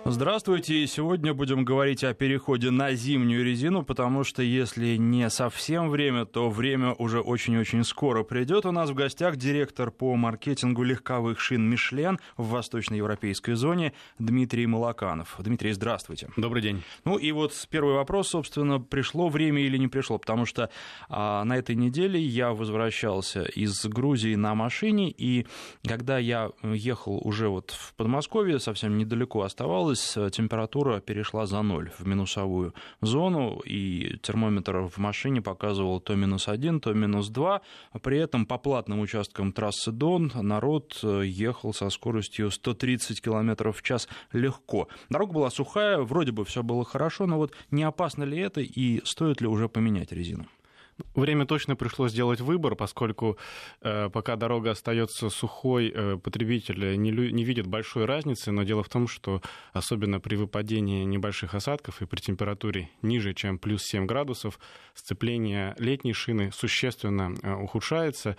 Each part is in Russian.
Здравствуйте, и сегодня будем говорить о переходе на зимнюю резину, потому что если не совсем время, то время уже очень-очень скоро придет. У нас в гостях директор по маркетингу легковых шин «Мишлен» в восточноевропейской зоне Дмитрий Молоканов. Дмитрий, здравствуйте. Добрый день. Ну и вот первый вопрос, собственно, пришло время или не пришло, потому что на этой неделе я возвращался из Грузии на машине, и когда я ехал уже вот в Подмосковье, совсем недалеко оставалось, температура перешла за 0 в минусовую зону, и термометр в машине показывал то -1, то -2. При этом по платным участкам трассы Дон народ ехал со скоростью 130 км в час легко. Дорога была сухая, вроде бы все было хорошо, но вот не опасно ли это и стоит ли уже поменять резину? Время точно пришло сделать выбор, поскольку пока дорога остается сухой, потребитель не видит большой разницы, но дело в том, что особенно при выпадении небольших осадков и при температуре ниже, чем плюс 7 градусов, сцепление летней шины существенно ухудшается,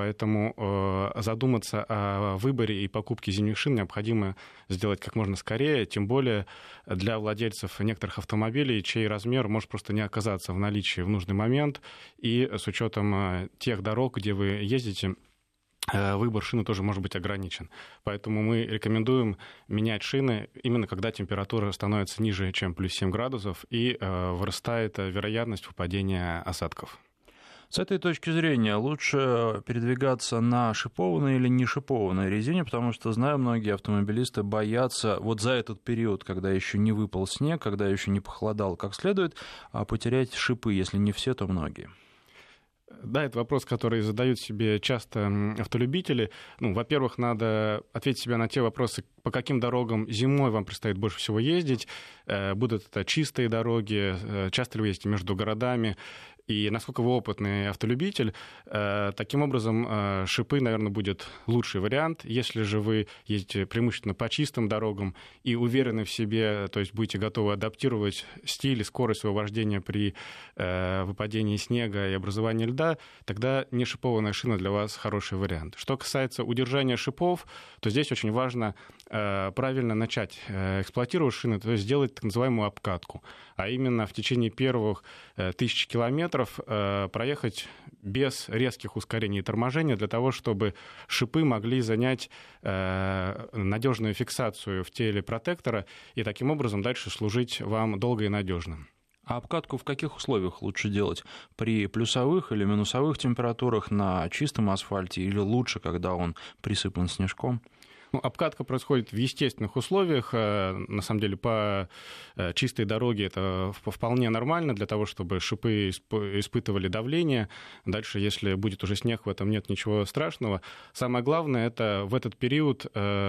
поэтому задуматься о выборе и покупке зимних шин необходимо сделать как можно скорее, тем более для владельцев некоторых автомобилей, чей размер может просто не оказаться в наличии в нужный момент. И с учетом тех дорог, где вы ездите, выбор шины тоже может быть ограничен. Поэтому мы рекомендуем менять шины именно когда температура становится ниже, чем плюс 7 градусов, и вырастает вероятность выпадения осадков. С этой точки зрения лучше передвигаться на шипованной или не шипованной резине, потому что, знаю, многие автомобилисты боятся вот за этот период, когда еще не выпал снег, когда еще не похолодало как следует, потерять шипы, если не все, то многие. Да, это вопрос, который задают себе часто автолюбители. Во-первых, надо ответить себе на те вопросы, по каким дорогам зимой вам предстоит больше всего ездить. Будут это чистые дороги, часто ли вы ездите между городами, и насколько вы опытный автолюбитель. Таким образом, шипы, наверное, будет лучший вариант. Если же вы ездите преимущественно по чистым дорогам и уверены в себе, то есть будете готовы адаптировать стиль и скорость своего вождения при выпадении снега и образовании льда, тогда не шипованная шина для вас хороший вариант. Что касается удержания шипов, то здесь очень важно правильно начать эксплуатировать шины, то есть сделать так называемую обкатку, а именно в течение первых 1000 километров проехать без резких ускорений и торможения для того, чтобы шипы могли занять надежную фиксацию в теле протектора и таким образом дальше служить вам долго и надежно. А обкатку в каких условиях лучше делать? При плюсовых или минусовых температурах на чистом асфальте или лучше, когда он присыпан снежком? Обкатка происходит в естественных условиях. На самом деле, по чистой дороге это вполне нормально для того, чтобы шипы испытывали давление. Дальше, если будет уже снег, в этом нет ничего страшного. Самое главное, это в этот период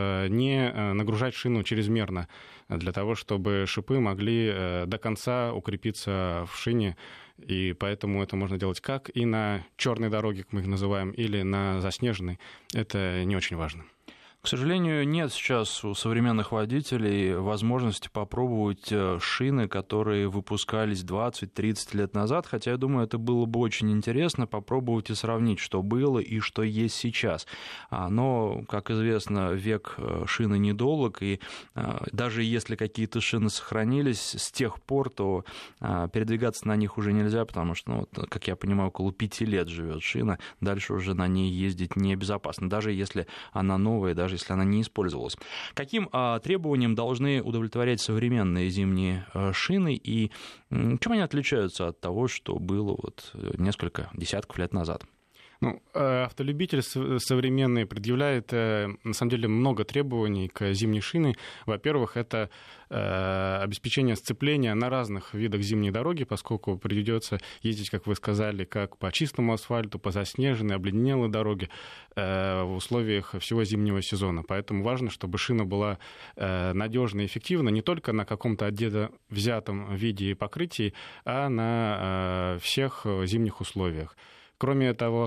не нагружать шину чрезмерно, для того, чтобы шипы могли до конца укрепиться в шине. И поэтому это можно делать как и на черной дороге, как мы их называем, или на заснеженной. Это не очень важно. К сожалению, нет сейчас у современных водителей возможности попробовать шины, которые выпускались 20-30 лет назад, хотя, я думаю, это было бы очень интересно попробовать и сравнить, что было и что есть сейчас. Но, как известно, век шины недолг, и даже если какие-то шины сохранились с тех пор, то передвигаться на них уже нельзя, потому что, как я понимаю, около 5 лет живет шина, дальше уже на ней ездить небезопасно, даже если она новая, даже если она не использовалась. Каким требованиям должны удовлетворять современные зимние шины и чем они отличаются от того, что было несколько десятков лет назад? Автолюбитель современный предъявляет, на самом деле, много требований к зимней шине. Во-первых, это обеспечение сцепления на разных видах зимней дороги, поскольку придется ездить, как вы сказали, как по чистому асфальту, по заснеженной, обледенелой дороге в условиях всего зимнего сезона. Поэтому важно, чтобы шина была надежна и эффективна не только на каком-то отдельно взятом виде и покрытии, а на всех зимних условиях. Кроме того,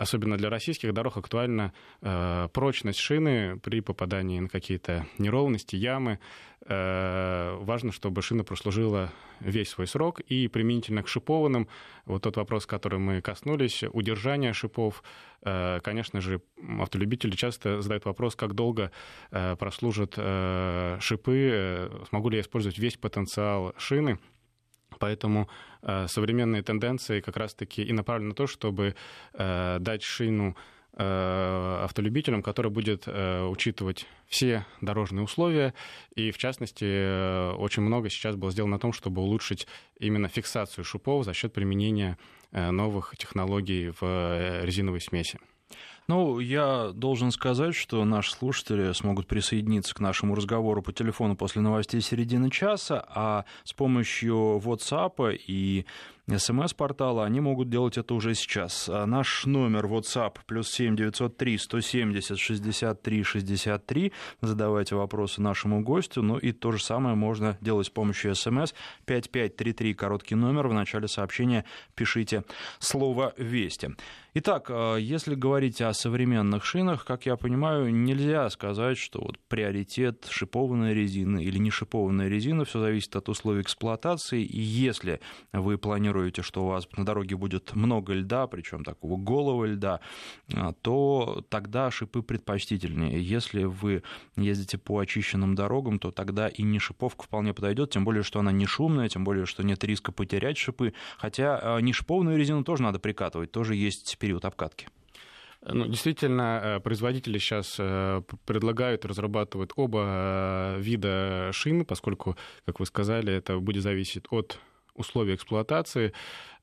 особенно для российских дорог, актуальна прочность шины при попадании на какие-то неровности, ямы. Важно, чтобы шина прослужила весь свой срок. И применительно к шипованным, вот тот вопрос, который мы коснулись, удержание шипов, конечно же, автолюбители часто задают вопрос, как долго прослужат шипы, смогу ли я использовать весь потенциал шины. Поэтому современные тенденции как раз-таки и направлены на то, чтобы дать шину автолюбителям, который будет учитывать все дорожные условия. И, в частности, очень много сейчас было сделано на том, чтобы улучшить именно фиксацию шипов за счет применения новых технологий в резиновой смеси. Ну, я должен сказать, что наши слушатели смогут присоединиться к нашему разговору по телефону после новостей середины часа, а с помощью WhatsApp и СМС-портала они могут делать это уже сейчас. Наш номер WhatsApp +7 903 170 63 63. Задавайте вопросы нашему гостю. Ну и то же самое можно делать с помощью СМС 5533, короткий номер. В начале сообщения пишите слово «Вести». Итак, если говорить о современных шинах, как я понимаю, нельзя сказать, что вот приоритет шипованная резина или не шипованная резина, все зависит от условий эксплуатации. И если вы планируете, что у вас на дороге будет много льда, причем такого голого льда, то тогда шипы предпочтительнее. Если вы ездите по очищенным дорогам, то тогда и не шиповка вполне подойдет, тем более, что она не шумная, тем более, что нет риска потерять шипы. Хотя не шипованную резину тоже надо прикатывать, тоже есть период обкатки. Ну, действительно, производители сейчас предлагают и разрабатывают оба вида шин, поскольку, как вы сказали, это будет зависеть от условий эксплуатации.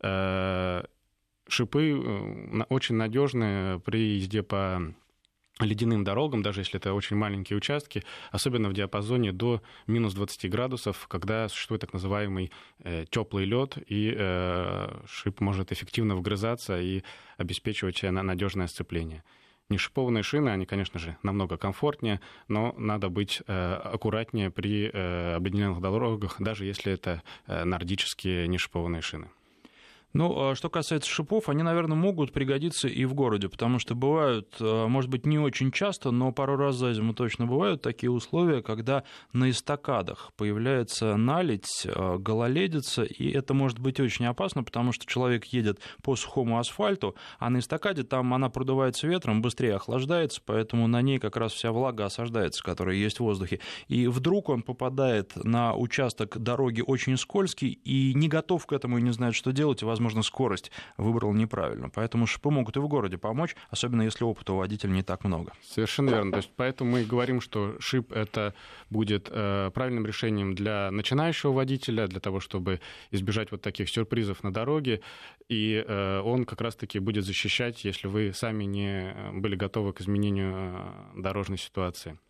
Шипы очень надежны при езде по ледяным дорогам, даже если это очень маленькие участки, особенно в диапазоне до минус 20 градусов, когда существует так называемый теплый лед, и шип может эффективно вгрызаться и обеспечивать надежное сцепление. Нешипованные шины, они, конечно же, намного комфортнее, но надо быть аккуратнее при обледенелых дорогах, даже если это нордические нешипованные шины. Ну, что касается шипов, они, наверное, могут пригодиться и в городе, потому что бывают, может быть, не очень часто, но пару раз за зиму точно бывают такие условия, когда на эстакадах появляется наледь, гололедица, и это может быть очень опасно, потому что человек едет по сухому асфальту, а на эстакаде там она продувается ветром, быстрее охлаждается, поэтому на ней как раз вся влага осаждается, которая есть в воздухе. И вдруг он попадает на участок дороги очень скользкий и не готов к этому и не знает, что делать, и, возможно, скорость выбрал неправильно. Поэтому шипы могут и в городе помочь, особенно если опыта у водителя не так много. Совершенно верно. То есть, поэтому мы и говорим, что шип это будет правильным решением для начинающего водителя, для того, чтобы избежать вот таких сюрпризов на дороге. И он как раз-таки будет защищать, если вы сами не были готовы к изменению дорожной ситуации.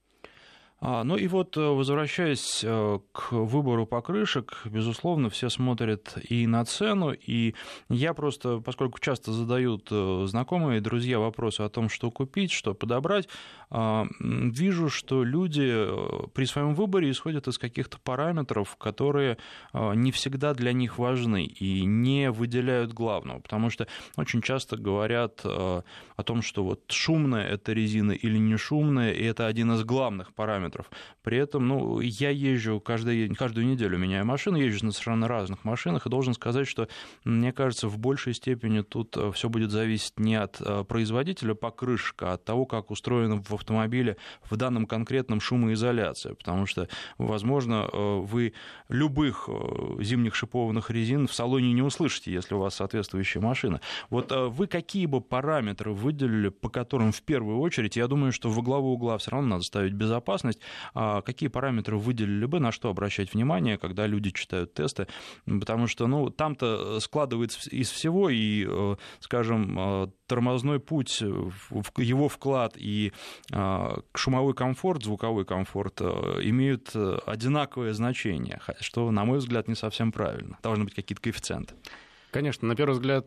Ну и вот, возвращаясь к выбору покрышек, безусловно, все смотрят и на цену, и я просто, поскольку часто задают знакомые и друзья вопросы о том, что купить, что подобрать, вижу, что люди при своем выборе исходят из каких-то параметров, которые не всегда для них важны и не выделяют главного, потому что очень часто говорят о том, что вот шумная это резина или не шумная, и это один из главных параметров. При этом, я езжу каждую неделю, меняю машину, езжу на совершенно разных машинах, и должен сказать, что, мне кажется, в большей степени тут все будет зависеть не от производителя покрышек, а от того, как устроена в автомобиле в данном конкретном шумоизоляция, потому что, возможно, вы любых зимних шипованных резин в салоне не услышите, если у вас соответствующая машина. Вот вы какие бы параметры выделили, по которым в первую очередь, я думаю, что во главу угла все равно надо ставить безопасность, какие параметры выделили бы, на что обращать внимание, когда люди читают тесты, потому что, там-то складывается из всего, и, скажем, тормозной путь, его вклад и шумовой комфорт, звуковой комфорт имеют одинаковое значение, что, на мой взгляд, не совсем правильно. Должны быть какие-то коэффициенты. Конечно, на первый взгляд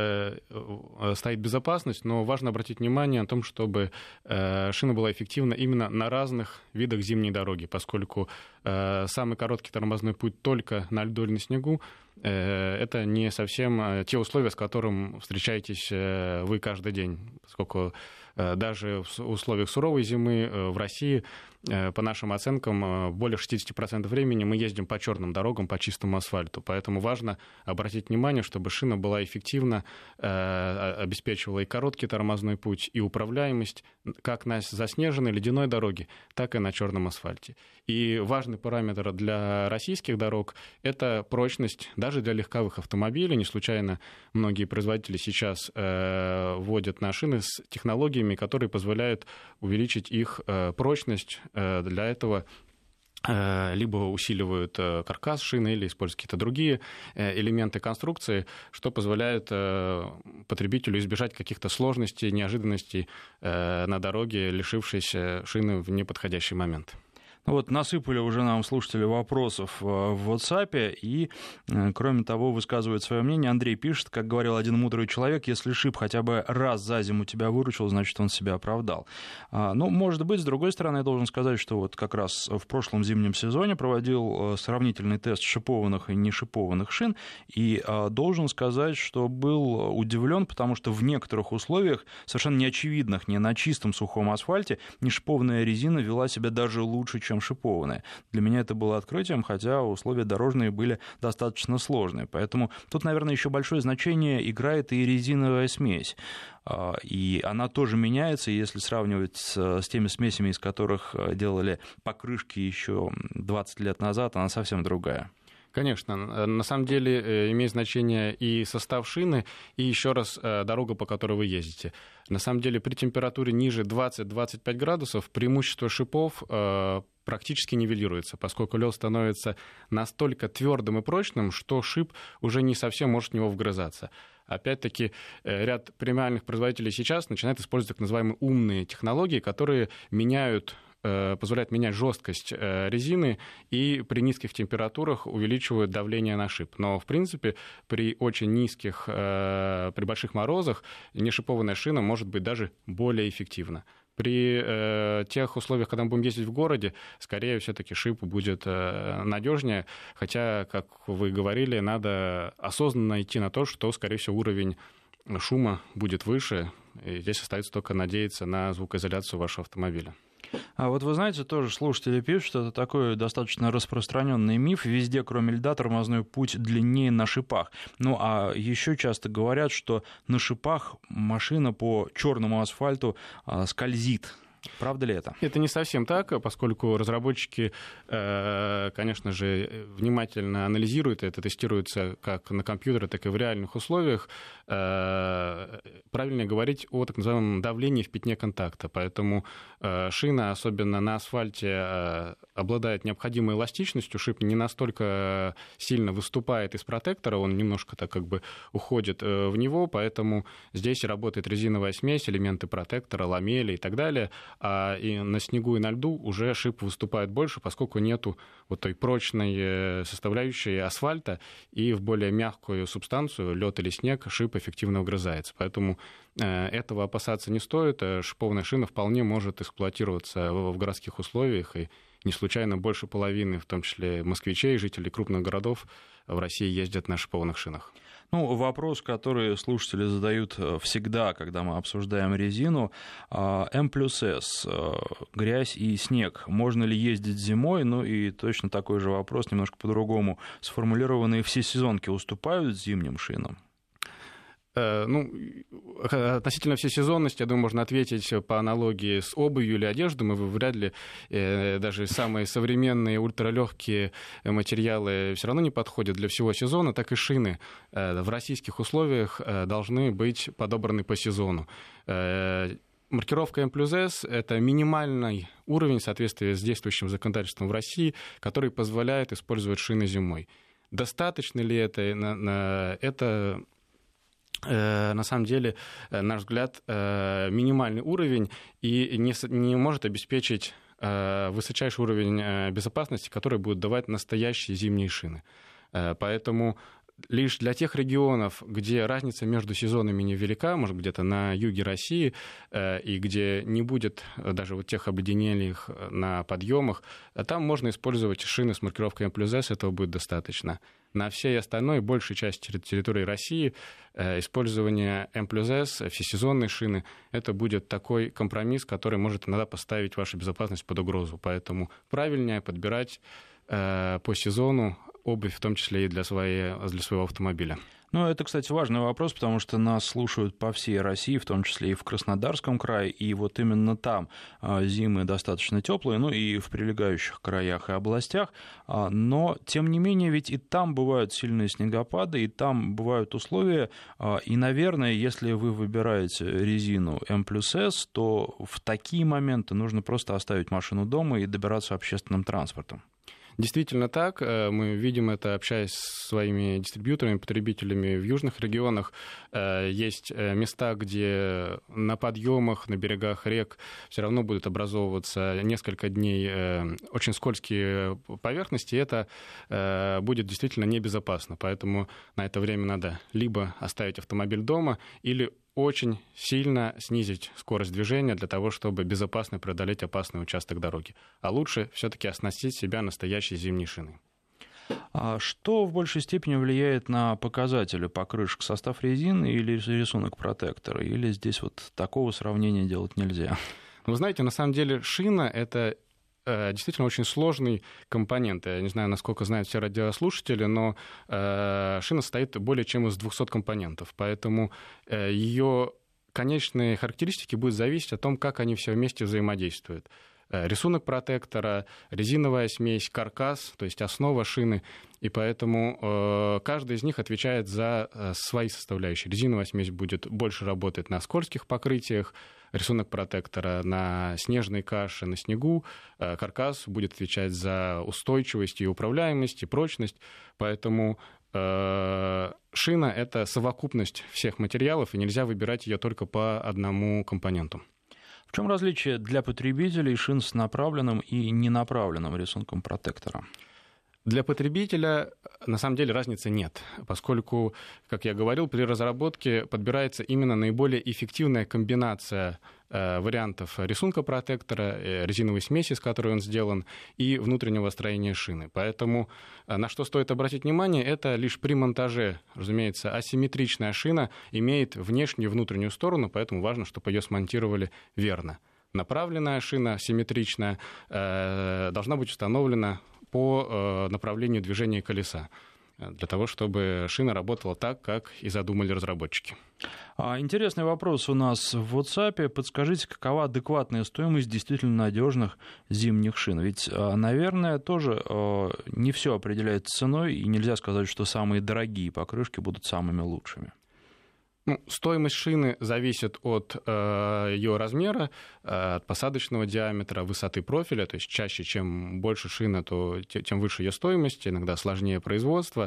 стоит безопасность, но важно обратить внимание на том, чтобы шина была эффективна именно на разных видах зимней дороги, поскольку самый короткий тормозной путь только на льду или на снегу — это не совсем те условия, с которыми встречаетесь вы каждый день, поскольку даже в условиях суровой зимы в России, по нашим оценкам, более 60% времени мы ездим по черным дорогам, по чистому асфальту. Поэтому важно обратить внимание, чтобы шина была эффективна, обеспечивала и короткий тормозной путь, и управляемость как на заснеженной ледяной дороге, так и на черном асфальте. И важный параметр для российских дорог — это прочность даже для легковых автомобилей. Не случайно многие производители сейчас вводят на шины с технологиями, которые позволяют увеличить их прочность. Для этого либо усиливают каркас шины или используют какие-то другие элементы конструкции, что позволяет потребителю избежать каких-то сложностей, неожиданностей на дороге, лишившись шины в неподходящий момент. Ну вот насыпали уже нам слушатели вопросов в WhatsApp, и, кроме того, высказывает свое мнение. Андрей пишет, как говорил один мудрый человек: если шип хотя бы раз за зиму тебя выручил, значит, он себя оправдал. Ну, может быть, с другой стороны, я должен сказать, что вот как раз в прошлом зимнем сезоне проводил сравнительный тест шипованных и нешипованных шин, и должен сказать, что был удивлен, потому что в некоторых условиях, совершенно неочевидных, не на чистом сухом асфальте, нешипованная резина вела себя даже лучше, чем шипованная. Для меня это было открытием, хотя условия дорожные были достаточно сложные. Поэтому тут, наверное, еще большое значение играет и резиновая смесь. И она тоже меняется, если сравнивать с теми смесями, из которых делали покрышки еще 20 лет назад, она совсем другая. Конечно, на самом деле имеет значение и состав шины, и еще раз дорога, по которой вы ездите. На самом деле при температуре ниже 20-25 градусов преимущество шипов практически нивелируется, поскольку лед становится настолько твердым и прочным, что шип уже не совсем может в него вгрызаться. Опять-таки, ряд премиальных производителей сейчас начинает использовать так называемые умные технологии, которые позволяют менять жесткость резины и при низких температурах увеличивают давление на шип. Но, в принципе, при очень низких, при больших морозах нешипованная шина может быть даже более эффективна. При тех условиях, когда мы будем ездить в городе, скорее все-таки шип будет надежнее, хотя, как вы говорили, надо осознанно идти на то, что, скорее всего, уровень шума будет выше, и здесь остается только надеяться на звукоизоляцию вашего автомобиля. А вот вы знаете, тоже слушатели пишут, что это такой достаточно распространенный миф. Везде, кроме льда, тормозной путь длиннее на шипах. Ну, а еще часто говорят, что на шипах машина по черному асфальту скользит. Правда ли это? Это не совсем так, поскольку разработчики, конечно же, внимательно анализируют это, тестируется как на компьютере, так и в реальных условиях. Правильнее говорить о так называемом давлении в пятне контакта. Поэтому шина, особенно на асфальте, обладает необходимой эластичностью. Шип не настолько сильно выступает из протектора, он немножко так как бы уходит в него, поэтому здесь работает резиновая смесь, элементы протектора, ламели и так далее. И на снегу и на льду уже шип выступает больше, поскольку нету вот той прочной составляющей асфальта, и в более мягкую субстанцию, лед или снег, шип эффективно вгрызается. Поэтому этого опасаться не стоит. Шипованная шина вполне может эксплуатироваться в городских условиях, и не случайно больше половины, в том числе москвичей, жителей крупных городов в России ездят на шипованных шинах. Ну, вопрос, который слушатели задают всегда, когда мы обсуждаем резину. М+С, грязь и снег. Можно ли ездить зимой? Ну и точно такой же вопрос, немножко по-другому сформулированные: всесезонки уступают зимним шинам? Ну, относительно всесезонности, я думаю, можно ответить по аналогии с обувью или одеждой. Мы вряд ли даже самые современные ультралегкие материалы все равно не подходят для всего сезона, так и шины в российских условиях должны быть подобраны по сезону. Маркировка М+С — это минимальный уровень в соответствии с действующим законодательством в России, который позволяет использовать шины зимой. Достаточно ли это? Это на самом деле, на наш взгляд, минимальный уровень и не может обеспечить высочайший уровень безопасности, который будет давать настоящие зимние шины. Поэтому Лишь для тех регионов, где разница между сезонами невелика, может, где-то на юге России, и где не будет даже вот тех обледенений на подъемах, там можно использовать шины с маркировкой М+С, этого будет достаточно. На всей остальной, большей части территории России, использование М+С, всесезонные шины, это будет такой компромисс, который может иногда поставить вашу безопасность под угрозу. Поэтому правильнее подбирать по сезону обувь, в том числе и для своего автомобиля. Ну, это, кстати, важный вопрос, потому что нас слушают по всей России, в том числе и в Краснодарском крае, и вот именно там зимы достаточно теплые, ну и в прилегающих краях и областях, но, тем не менее, ведь и там бывают сильные снегопады, и там бывают условия, и, наверное, если вы выбираете резину М+С, то в такие моменты нужно просто оставить машину дома и добираться общественным транспортом. Действительно так. Мы видим это, общаясь с своими дистрибьюторами, потребителями в южных регионах. Есть места, где на подъемах, на берегах рек все равно будут образовываться несколько дней очень скользкие поверхности, и это будет действительно небезопасно. Поэтому на это время надо либо оставить автомобиль дома, или очень сильно снизить скорость движения для того, чтобы безопасно преодолеть опасный участок дороги. А лучше все-таки оснастить себя настоящей зимней шиной. А что в большей степени влияет на показатели покрышек? Состав резины или рисунок протектора? Или здесь вот такого сравнения делать нельзя? Вы знаете, на самом деле шина — это действительно очень сложный компонент. Я не знаю, насколько знают все радиослушатели, но шина состоит более чем из 200 компонентов, поэтому ее конечные характеристики будут зависеть от того, как они все вместе взаимодействуют. Рисунок протектора, резиновая смесь, каркас, то есть основа шины, и поэтому каждый из них отвечает за свои составляющие. Резиновая смесь будет больше работать на скользких покрытиях, рисунок протектора на снежной каше, на снегу, каркас будет отвечать за устойчивость и управляемость, и прочность, поэтому шина — это совокупность всех материалов, и нельзя выбирать ее только по одному компоненту. В чем различие для потребителей шин с направленным и ненаправленным рисунком протектора? Для потребителя на самом деле разницы нет, поскольку, как я говорил, при разработке подбирается именно наиболее эффективная комбинация вариантов рисунка протектора, резиновой смеси, из которой он сделан, и внутреннего строения шины. Поэтому на что стоит обратить внимание, это лишь при монтаже. Разумеется, асимметричная шина имеет внешнюю и внутреннюю сторону, поэтому важно, чтобы ее смонтировали верно. Направленная шина, симметричная, должна быть установлена по направлению движения колеса, для того, чтобы шина работала так, как и задумали разработчики. Интересный вопрос у нас в WhatsApp. Подскажите, какова адекватная стоимость действительно надежных зимних шин? Ведь, наверное, тоже не все определяется ценой, и нельзя сказать, что самые дорогие покрышки будут самыми лучшими. Стоимость шины зависит от ее размера, от посадочного диаметра, высоты профиля. То есть чаще, чем больше шина, то тем выше ее стоимость, иногда сложнее производство.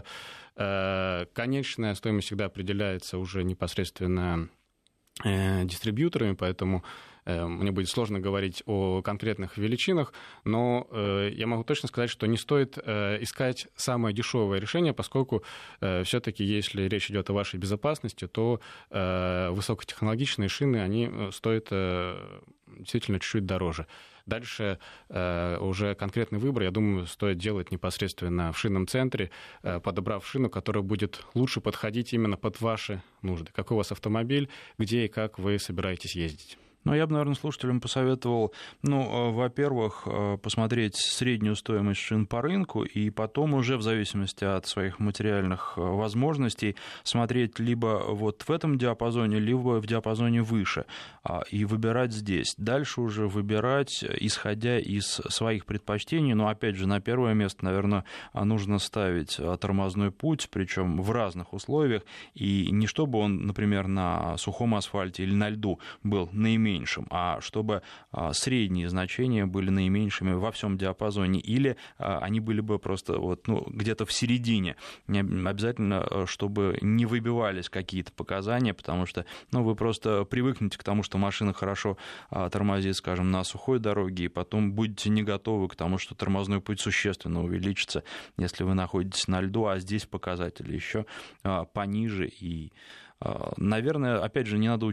Конечная стоимость всегда определяется уже непосредственно дистрибьюторами, поэтому мне будет сложно говорить о конкретных величинах, но я могу точно сказать, что не стоит искать самое дешевое решение, поскольку все-таки, если речь идет о вашей безопасности, то высокотехнологичные шины, они стоят действительно чуть-чуть дороже. Дальше уже конкретный выбор, я думаю, стоит делать непосредственно в шинном центре, подобрав шину, которая будет лучше подходить именно под ваши нужды. Какой у вас автомобиль, где и как вы собираетесь ездить. Ну, я бы, наверное, слушателям посоветовал, во-первых, посмотреть среднюю стоимость шин по рынку, и потом уже в зависимости от своих материальных возможностей смотреть либо вот в этом диапазоне, либо в диапазоне выше, и выбирать здесь. Дальше уже выбирать, исходя из своих предпочтений, но, опять же, на первое место, наверное, нужно ставить тормозной путь, причем в разных условиях, и не чтобы он, например, на сухом асфальте или на льду был наименее наименьшим, а чтобы средние значения были наименьшими во всем диапазоне, или они были бы просто где-то в середине. Не обязательно, чтобы не выбивались какие-то показания, потому что вы просто привыкнете к тому, что машина хорошо тормозит, скажем, на сухой дороге, и потом будете не готовы к тому, что тормозной путь существенно увеличится, если вы находитесь на льду, а здесь показатели еще пониже. И, наверное, опять же, не надо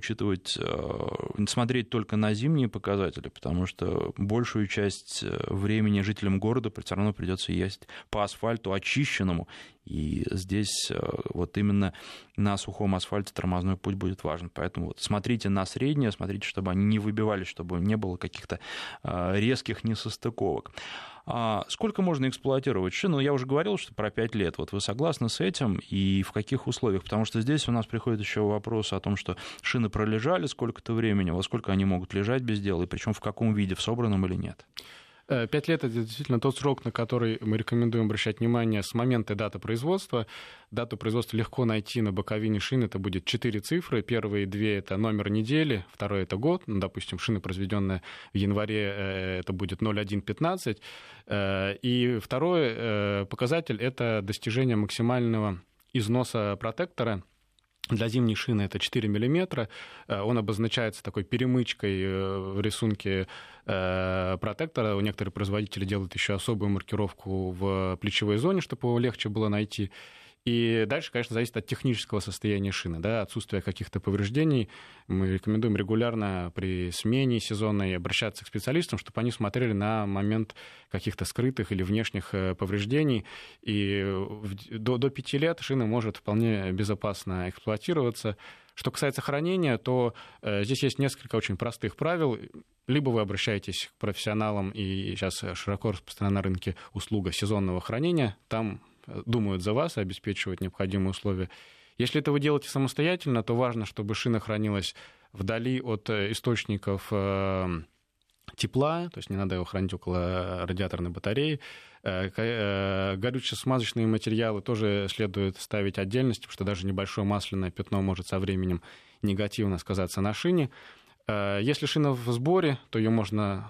смотреть только на зимние показатели, потому что большую часть времени жителям города все равно придется ездить по асфальту очищенному, и здесь именно на сухом асфальте тормозной путь будет важен. Поэтому смотрите на среднее, смотрите, чтобы они не выбивались, чтобы не было каких-то резких несостыковок. Сколько можно эксплуатировать шину? Я уже говорил, что про 5 лет. Вы согласны с этим и в каких условиях? Потому что здесь у нас приходит еще вопрос о том, что шины пролежали сколько-то времени, во сколько они могут лежать без дела, и причем в каком виде, в собранном или нет. 5 лет — это действительно тот срок, на который мы рекомендуем обращать внимание с момента и даты производства. Дату производства легко найти на боковине шины. Это будет 4 цифры. Первые 2 — это номер недели, второй — это год. Допустим, шина, произведенная в январе, это будет 0115. И второй показатель — это достижение максимального износа протектора. Для зимней шины это 4 мм. Он обозначается такой перемычкой в рисунке протектора. Некоторые производители делают еще особую маркировку в плечевой зоне, чтобы его легче было найти. И дальше, конечно, зависит от технического состояния шины, отсутствия каких-то повреждений. Мы рекомендуем регулярно при смене сезонной обращаться к специалистам, чтобы они смотрели на момент каких-то скрытых или внешних повреждений. И до 5 лет шина может вполне безопасно эксплуатироваться. Что касается хранения, то здесь есть несколько очень простых правил. Либо вы обращаетесь к профессионалам, и сейчас широко распространена на рынке услуга сезонного хранения, там думают за вас и обеспечивают необходимые условия. Если это вы делаете самостоятельно, то важно, чтобы шина хранилась вдали от источников тепла, то есть не надо его хранить около радиаторной батареи. Горюче-смазочные материалы тоже следует ставить отдельности, потому что даже небольшое масляное пятно может со временем негативно сказаться на шине. Если шина в сборе, то ее можно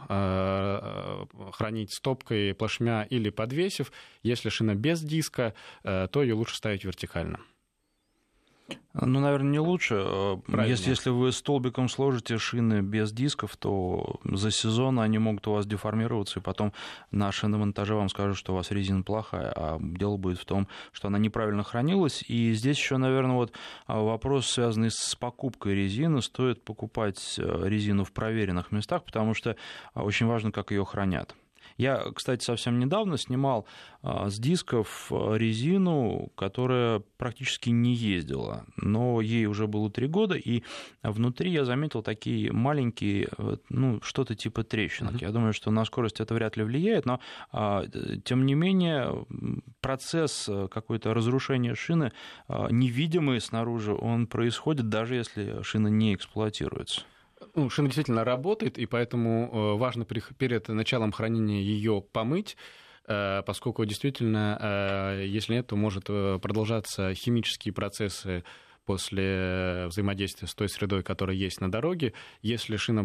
хранить стопкой, плашмя или подвесив. Если шина без диска, то ее лучше ставить вертикально. Наверное, не лучше. Если вы столбиком сложите шины без дисков, то за сезон они могут у вас деформироваться, и потом на шиномонтаже вам скажут, что у вас резина плохая, а дело будет в том, что она неправильно хранилась. И здесь еще, наверное, вопрос, связанный с покупкой резины. Стоит покупать резину в проверенных местах, потому что очень важно, как ее хранят. Я, кстати, совсем недавно снимал с дисков резину, которая практически не ездила, но ей уже было 3 года, и внутри я заметил такие маленькие, что-то типа трещинок. Я думаю, что на скорость это вряд ли влияет, но, тем не менее, процесс какое-то разрушения шины, невидимый снаружи, он происходит, даже если шина не эксплуатируется. Шина действительно работает, и поэтому важно перед началом хранения ее помыть, поскольку действительно, если нет, то может продолжаться химические процессы после взаимодействия с той средой, которая есть на дороге. Если шина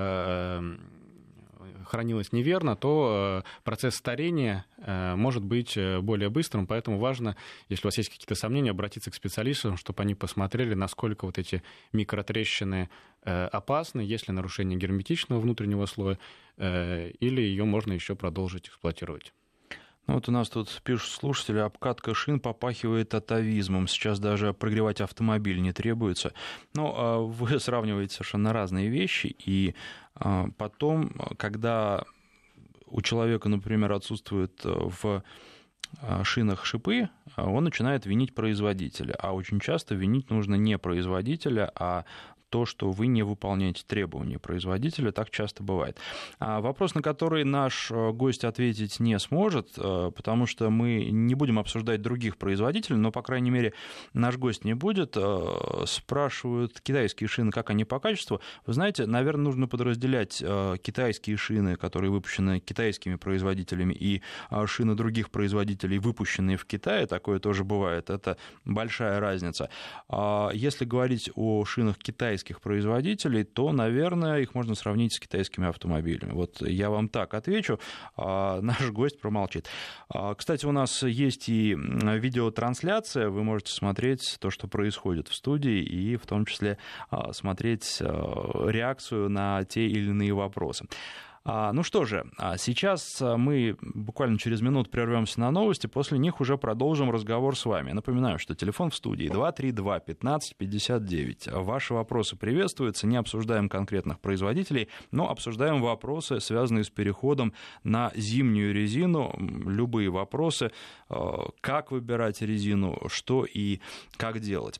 хранилась неверно, то процесс старения может быть более быстрым, поэтому важно, если у вас есть какие-то сомнения, обратиться к специалистам, чтобы они посмотрели, насколько эти микротрещины опасны, есть ли нарушение герметичного внутреннего слоя, или ее можно еще продолжить эксплуатировать. У нас тут пишут слушатели, обкатка шин попахивает атовизмом. Сейчас даже прогревать автомобиль не требуется. Но вы сравниваете совершенно разные вещи. И потом, когда у человека, например, отсутствуют в шинах шипы, он начинает винить производителя. А очень часто винить нужно не производителя, а то, что вы не выполняете требования производителя, так часто бывает. Вопрос, на который наш гость ответить не сможет, потому что мы не будем обсуждать других производителей, но, по крайней мере, наш гость не будет. Спрашивают китайские шины, как они по качеству. Вы знаете, наверное, нужно подразделять китайские шины, которые выпущены китайскими производителями, и шины других производителей, выпущенные в Китае. Такое тоже бывает. Это большая разница. Если говорить о шинах китайских китайских производителей, то, наверное, их можно сравнить с китайскими автомобилями. Вот я вам так отвечу, а наш гость промолчит. Кстати, у нас есть и видеотрансляция, вы можете смотреть то, что происходит в студии, и в том числе смотреть реакцию на те или иные вопросы. Ну что же, сейчас мы буквально через минуту прервемся на новости, после них уже продолжим разговор с вами. Напоминаю, что телефон в студии 232-1559. Ваши вопросы приветствуются, не обсуждаем конкретных производителей, но обсуждаем вопросы, связанные с переходом на зимнюю резину, любые вопросы, как выбирать резину, что и как делать.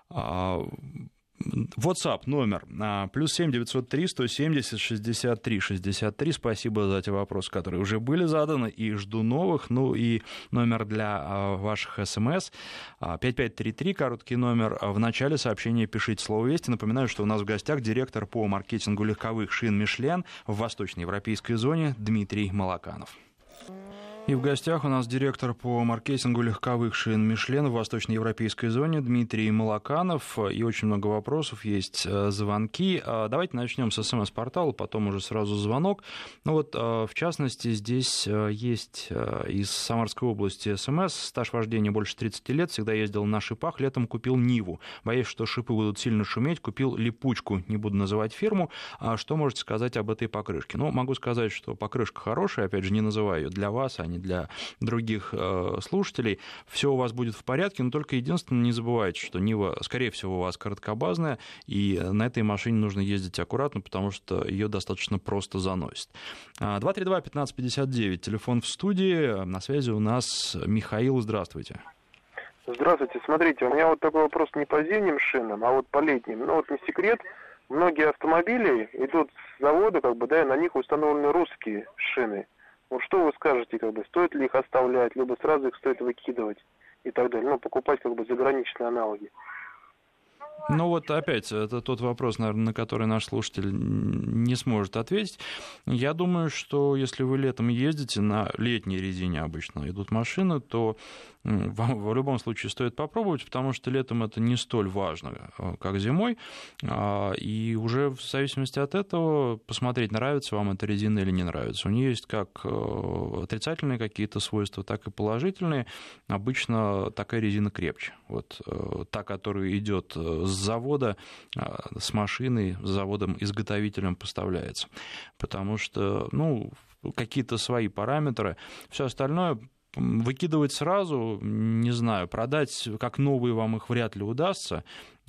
WhatsApp номер +7 903 170 63 63. Спасибо за эти вопросы, которые уже были заданы, и жду новых. Ну и номер для ваших СМС 5533, короткий номер. В начале сообщения пишите слово «Вести». Напоминаю, что у нас в гостях директор по маркетингу легковых шин «Мишлен» в восточноевропейской зоне Дмитрий Молоканов. И в гостях у нас директор по маркетингу легковых шин «Мишлен» в восточноевропейской зоне Дмитрий Молоканов. И очень много вопросов, есть звонки. Давайте начнем с СМС-портала, потом уже сразу звонок. Ну вот, в частности, здесь есть из Самарской области СМС. Стаж вождения больше 30 лет, всегда ездил на шипах, летом купил Ниву. Боясь, что шипы будут сильно шуметь, купил липучку, не буду называть фирму. Что можете сказать об этой покрышке? Ну, могу сказать, что покрышка хорошая, опять же, не называю ее для вас, а не для других слушателей. Все у вас будет в порядке, но только единственное, не забывайте, что Нива, скорее всего, у вас короткобазная, и на этой машине нужно ездить аккуратно, потому что ее достаточно просто заносит. 232-1559, телефон в студии, на связи у нас Михаил, здравствуйте. Здравствуйте, смотрите, у меня вот такой вопрос не по зимним шинам, а вот по летним. Ну вот не секрет, многие автомобили идут с завода, и на них установлены русские шины. Вот что вы скажете, стоит ли их оставлять, либо сразу их стоит выкидывать и так далее, покупать заграничные аналоги? Ну вот опять, это тот вопрос, наверное, на который наш слушатель не сможет ответить. Я думаю, что если вы летом ездите, на летней резине обычно идут машины, то вам в любом случае стоит попробовать, потому что летом это не столь важно, как зимой, и уже в зависимости от этого посмотреть, нравится вам эта резина или не нравится. У нее есть как отрицательные какие-то свойства, так и положительные. Обычно такая резина крепче. Вот та, которая идет с завода, с машиной, с заводом-изготовителем поставляется. Потому что, какие-то свои параметры. Все остальное выкидывать сразу, не знаю, продать как новые вам их вряд ли удастся,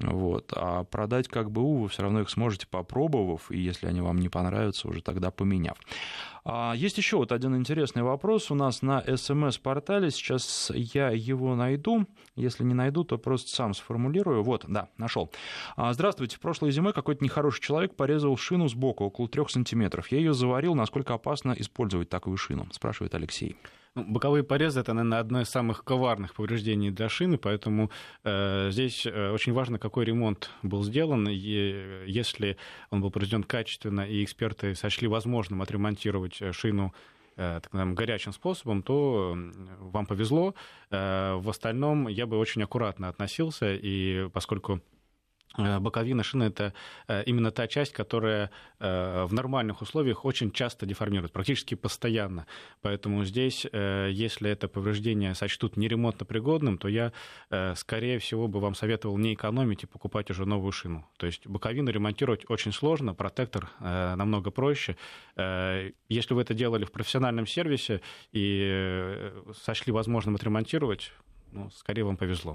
а продать как БУ вы все равно их сможете, попробовав, и если они вам не понравятся, уже тогда поменяв. Есть еще один интересный вопрос у нас на СМС-портале, сейчас я его найду, если не найду, то просто сам сформулирую. Нашел. Здравствуйте, прошлой зимой какой-то нехороший человек порезал шину сбоку, около 3 сантиметров. Я ее заварил, насколько опасно использовать такую шину, спрашивает Алексей. Боковые порезы — это, наверное, одно из самых коварных повреждений для шины, поэтому здесь очень важно, какой ремонт был сделан. И если он был произведен качественно, и эксперты сочли возможным отремонтировать шину так называемым горячим способом, то вам повезло. В остальном я бы очень аккуратно относился, и поскольку боковина шины — это именно та часть, которая в нормальных условиях очень часто деформирует, практически постоянно. Поэтому здесь, если это повреждение сочтут неремонтно пригодным, то я, скорее всего, бы вам советовал не экономить и покупать уже новую шину. То есть боковину ремонтировать очень сложно, протектор намного проще. Если вы это делали в профессиональном сервисе и сочли возможным отремонтировать, скорее вам повезло.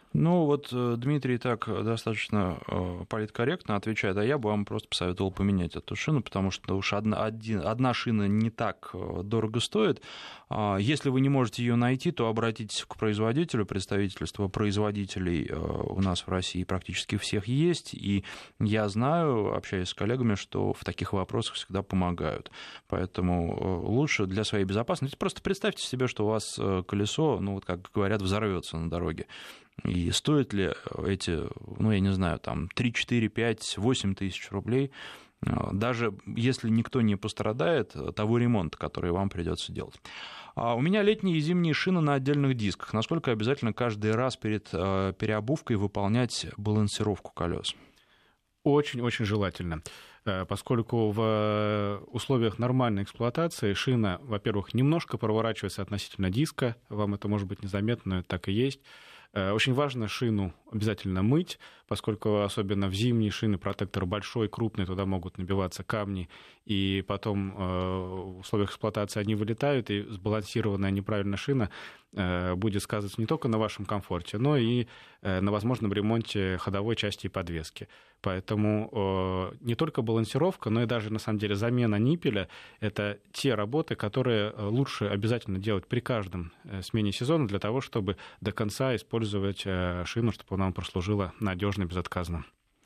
Дмитрий так достаточно политкорректно отвечает, а я бы вам просто посоветовал поменять эту шину, потому что уж одна шина не так дорого стоит. Если вы не можете ее найти, то обратитесь к производителю. Представительство производителей у нас в России практически всех есть, и я знаю, общаясь с коллегами, что в таких вопросах всегда помогают. Поэтому лучше для своей безопасности просто представьте себе, что у вас колесо, как говорят, взорвется на дороге. И стоит ли эти, я не знаю, 3, 4, 5, 8 тысяч рублей, даже если никто не пострадает, того ремонта, который вам придется делать. У меня летние и зимние шины на отдельных дисках. Насколько обязательно каждый раз перед переобувкой выполнять балансировку колес? Очень-очень желательно, поскольку в условиях нормальной эксплуатации шина, во-первых, немножко проворачивается относительно диска, вам это может быть незаметно, но это так и есть. Очень важно шину обязательно мыть, поскольку особенно в зимние шины протектор большой, крупный, туда могут набиваться камни, и потом в условиях эксплуатации они вылетают, и сбалансированная неправильная шина будет сказываться не только на вашем комфорте, но и на возможном ремонте ходовой части и подвески. Поэтому не только балансировка, но и даже, на самом деле, замена ниппеля — это те работы, которые лучше обязательно делать при каждом смене сезона для того, чтобы до конца использовать шину, чтобы она прослужила надежно, безотказно.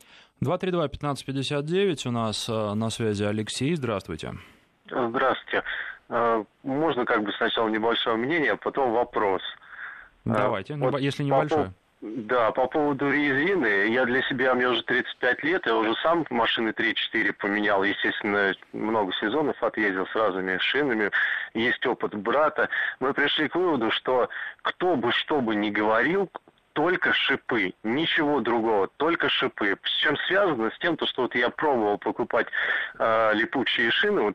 232-1559, у нас на связи Алексей, здравствуйте. Здравствуйте. Можно сначала небольшое мнение, а потом вопрос. Давайте, если небольшое. Да, по поводу резины, я для себя, мне уже 35 лет, я уже сам машины 3-4 поменял, естественно, много сезонов отъездил с разными шинами, есть опыт брата. Мы пришли к выводу, что кто бы что бы ни говорил, только шипы, ничего другого, только шипы. С чем связано? С тем, что я пробовал покупать липучие шины,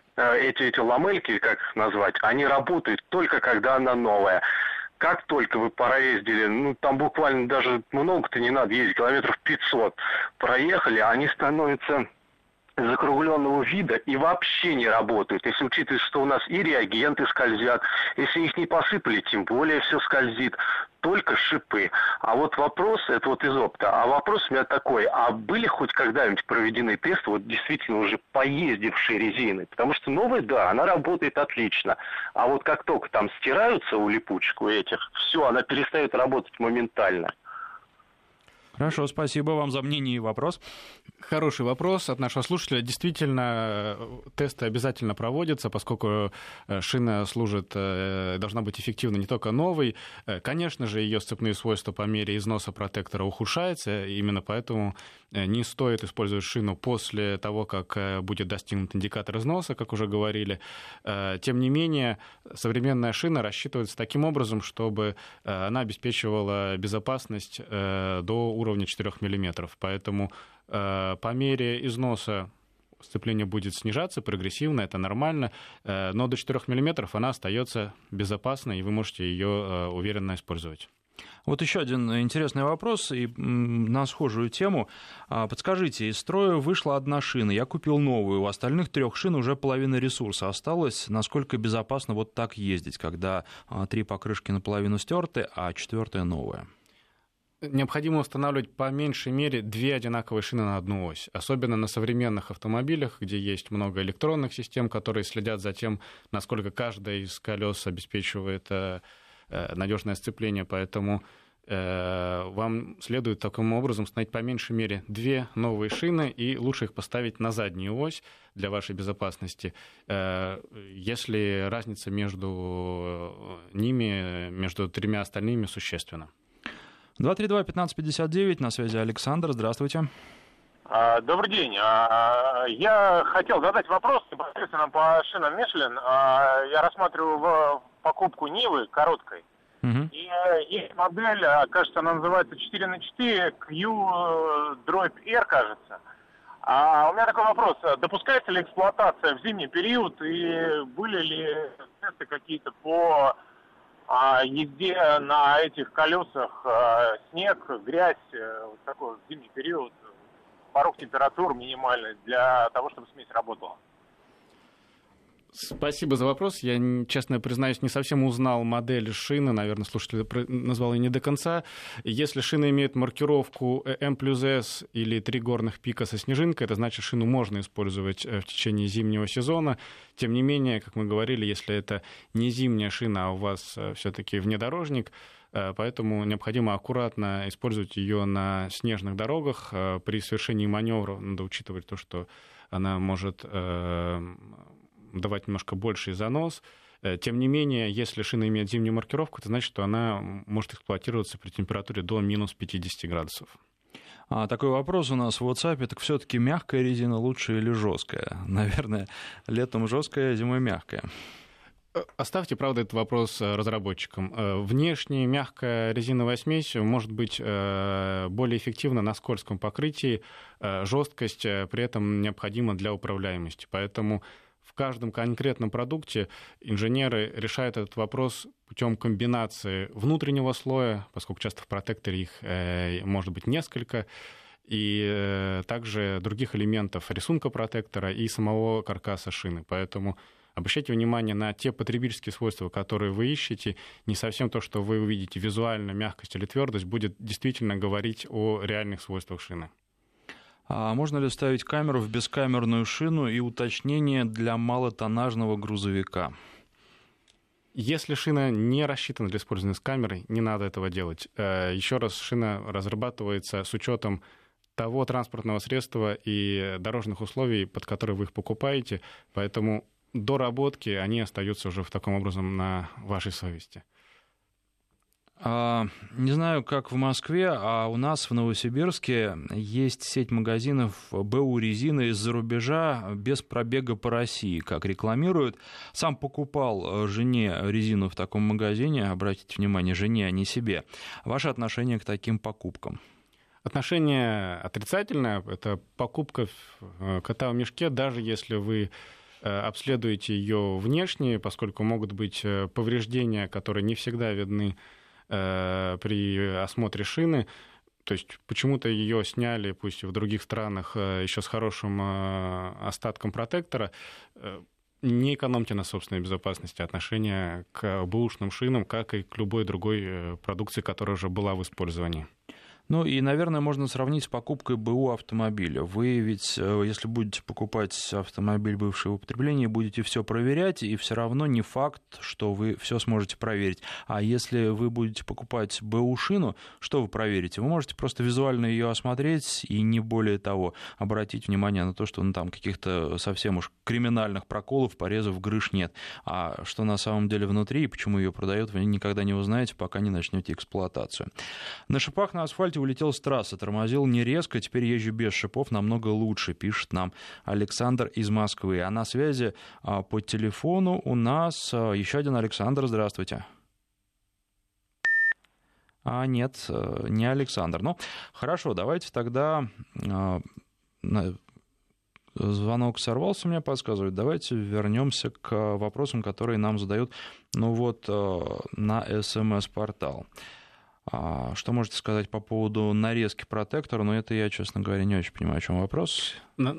эти ламельки, как их назвать, они работают только когда она новая. Как только вы проездили, там буквально даже много-то не надо ездить, километров 500 проехали, они становятся закругленного вида и вообще не работают. Если учитывать, что у нас и реагенты скользят, если их не посыпали, тем более все скользит. Только шипы. А вот вопрос, это из опыта, а вопрос у меня такой, а были хоть когда-нибудь проведены тесты, действительно уже поездившие резины? Потому что новая, да, она работает отлично. А вот как только там стираются у липучек, у этих, все, она перестает работать моментально. Хорошо, спасибо вам за мнение и вопрос. Хороший вопрос от нашего слушателя. Действительно, тесты обязательно проводятся, поскольку шина должна быть эффективна не только новой. Конечно же, ее сцепные свойства по мере износа протектора ухудшаются, именно поэтому не стоит использовать шину после того, как будет достигнут индикатор износа, как уже говорили. Тем не менее, современная шина рассчитывается таким образом, чтобы она обеспечивала безопасность до уровня 4 мм. Поэтому по мере износа сцепление будет снижаться прогрессивно, это нормально, но до 4 мм она остается безопасной, и вы можете ее уверенно использовать. Вот еще один интересный вопрос и на схожую тему. Подскажите, из строя вышла одна шина, я купил новую, у остальных 3 шин уже половина ресурса осталось. Насколько безопасно вот так ездить, когда 3 покрышки наполовину стерты, а 4-я новая? Необходимо устанавливать по меньшей мере 2 одинаковые шины на одну ось. Особенно на современных автомобилях, где есть много электронных систем, которые следят за тем, насколько каждая из колес обеспечивает надежное сцепление. Поэтому вам следует таким образом установить по меньшей мере 2 новые шины, и лучше их поставить на заднюю ось для вашей безопасности. Если разница между ними, между 3 остальными, существенна. 232-1559, на связи Александр, здравствуйте. Добрый день. Я хотел задать вопрос непосредственно по шинам Мишлен. Я рассматриваю покупку Нивы короткой. И есть модель, кажется, она называется 4х4, Q-Droid R, кажется. У меня такой вопрос. Допускается ли эксплуатация в зимний период, и были ли тесты какие-то по езде на этих колесах, снег, грязь, вот такой вот зимний период, порог температур минимальный для того, чтобы смесь работала? Спасибо за вопрос. Я, честно признаюсь, не совсем узнал модель шины. Наверное, слушатель назвал ее не до конца. Если шина имеет маркировку M+S или 3 горных пика со снежинкой, это значит, шину можно использовать в течение зимнего сезона. Тем не менее, как мы говорили, если это не зимняя шина, а у вас все-таки внедорожник, поэтому необходимо аккуратно использовать ее на снежных дорогах. При совершении маневра надо учитывать то, что она может давать немножко больший занос. Тем не менее, если шина имеет зимнюю маркировку, это значит, что она может эксплуатироваться при температуре до минус 50 градусов. Такой вопрос у нас в WhatsApp. Так все-таки мягкая резина лучше или жесткая? Наверное, летом жесткая, зимой мягкая. Оставьте, правда, этот вопрос разработчикам. Внешне мягкая резиновая смесь может быть более эффективна на скользком покрытии. Жесткость при этом необходима для управляемости. Поэтому в каждом конкретном продукте инженеры решают этот вопрос путем комбинации внутреннего слоя, поскольку часто в протекторе их может быть несколько, и также других элементов рисунка протектора и самого каркаса шины. Поэтому обращайте внимание на те потребительские свойства, которые вы ищете. Не совсем то, что вы увидите визуально, мягкость или твердость, будет действительно говорить о реальных свойствах шины. А можно ли ставить камеру в бескамерную шину и уточнение для малотоннажного грузовика? Если шина не рассчитана для использования с камерой, не надо этого делать. Еще раз, шина разрабатывается с учетом того транспортного средства и дорожных условий, под которые вы их покупаете, поэтому доработки, они остаются уже в таком образом на вашей совести. Не знаю, как в Москве, а у нас в Новосибирске есть сеть магазинов БУ резины из-за рубежа без пробега по России, как рекламируют. Сам покупал жене резину в таком магазине, обратите внимание, жене, а не себе. Ваше отношение к таким покупкам? Отношение отрицательное. Это покупка кота в мешке, даже если вы обследуете ее внешне, поскольку могут быть повреждения, которые не всегда видны при осмотре шины. То есть почему-то ее сняли, пусть и в других странах, еще с хорошим остатком протектора. Не экономьте на собственной безопасности отношения к бэушным шинам, как и к любой другой продукции, которая уже была в использовании. Ну и, наверное, можно сравнить с покупкой БУ автомобиля. Вы ведь, если будете покупать автомобиль бывшего употребления, будете все проверять, и все равно не факт, что вы все сможете проверить. А если вы будете покупать БУ шину, что вы проверите? Вы можете просто визуально ее осмотреть и не более того обратить внимание на то, что там каких-то совсем уж криминальных проколов, порезов, грыж нет. А что на самом деле внутри и почему ее продают, вы никогда не узнаете, пока не начнете эксплуатацию. На шипах на асфальте улетел с трассы, тормозил не резко, теперь езжу без шипов, намного лучше, пишет нам Александр из Москвы. А на связи по телефону у нас еще один Александр. Здравствуйте. Нет, не Александр. Ну, хорошо, давайте тогда... Звонок сорвался, мне подсказывают. Давайте вернемся к вопросам, которые нам задают на СМС-портал. Что можете сказать по поводу нарезки протектора? Это я, честно говоря, не очень понимаю, о чем вопрос.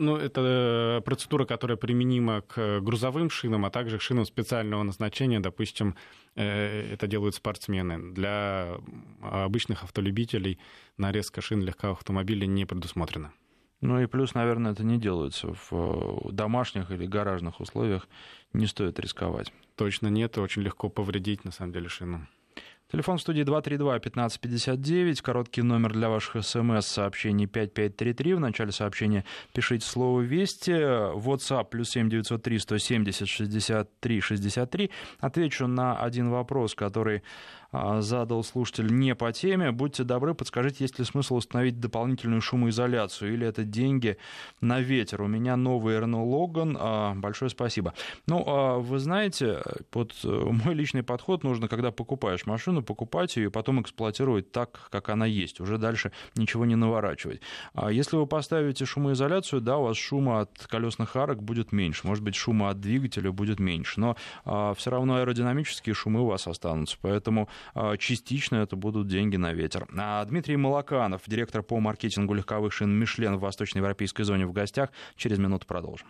Это процедура, которая применима к грузовым шинам, а также к шинам специального назначения. Допустим, это делают спортсмены. Для обычных автолюбителей нарезка шин легковых автомобилей не предусмотрена. И плюс, наверное, это не делается в домашних или гаражных условиях. Не стоит рисковать. Точно нет, очень легко повредить, на самом деле, шину. Телефон в студии 232-1559, короткий номер для ваших СМС-сообщений 5533. В начале сообщения пишите слово «Вести». WhatsApp +7 903 170 63 63. Отвечу на один вопрос, который задал слушатель не по теме. Будьте добры, подскажите, есть ли смысл установить дополнительную шумоизоляцию или это деньги на ветер? У меня новый Renault Logan. Большое спасибо. Вы знаете, мой личный подход: нужно, когда покупаешь машину, покупать ее и потом эксплуатировать так, как она есть. Уже дальше ничего не наворачивать. Если вы поставите шумоизоляцию, да, у вас шума от колесных арок будет меньше. Может быть, шума от двигателя будет меньше. Но все равно аэродинамические шумы у вас останутся. Поэтому частично это будут деньги на ветер. Дмитрий Молоканов, директор по маркетингу легковых шин «Мишлен» в восточноевропейской зоне, в гостях. Через минуту продолжим.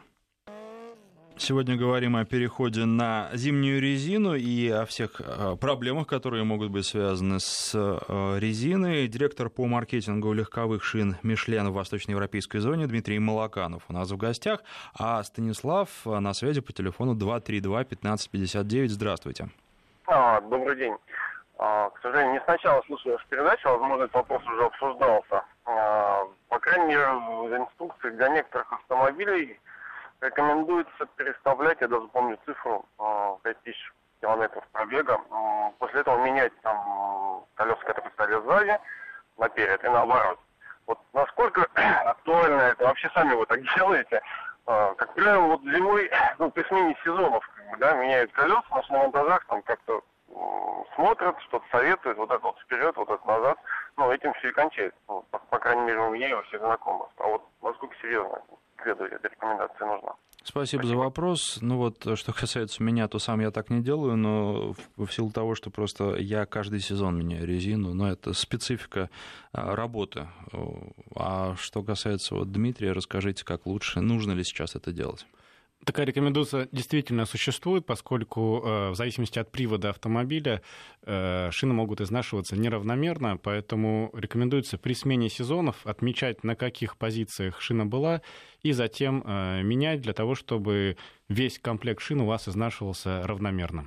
Сегодня говорим о переходе на зимнюю резину и о всех проблемах, которые могут быть связаны с резиной. Директор по маркетингу легковых шин «Мишлен» в восточноевропейской зоне Дмитрий Молоканов у нас в гостях, а Станислав на связи по телефону 232-1559. Здравствуйте. Добрый день. К сожалению, не сначала слушаю вашу передачу, возможно, этот вопрос уже обсуждался. По крайней мере, в инструкции для некоторых автомобилей рекомендуется переставлять, я даже помню цифру, 5000 километров пробега. После этого менять колеса, которые стояли сзади, наперед и наоборот. Насколько актуально это? Вообще сами вы так делаете? Как правило, зимой, при смене сезонов, меняют колеса на на монтажах там как-то смотрят, что-то советуют, вот это вот вперед, вот это назад. Ну, этим все и кончается. Ну, по крайней мере, у меня и у всех знакомых. А вот насколько серьезно эта рекомендация нужна? Спасибо за вопрос. Ну вот, что касается меня, то сам я так не делаю, но в силу того, что просто я каждый сезон меняю резину, но это специфика работы. А что касается вот Дмитрия, расскажите, как лучше, нужно ли сейчас это делать? Такая рекомендация действительно существует, поскольку в зависимости от привода автомобиля шины могут изнашиваться неравномерно, поэтому рекомендуется при смене сезонов отмечать, на каких позициях шина была, и затем менять для того, чтобы весь комплект шин у вас изнашивался равномерно.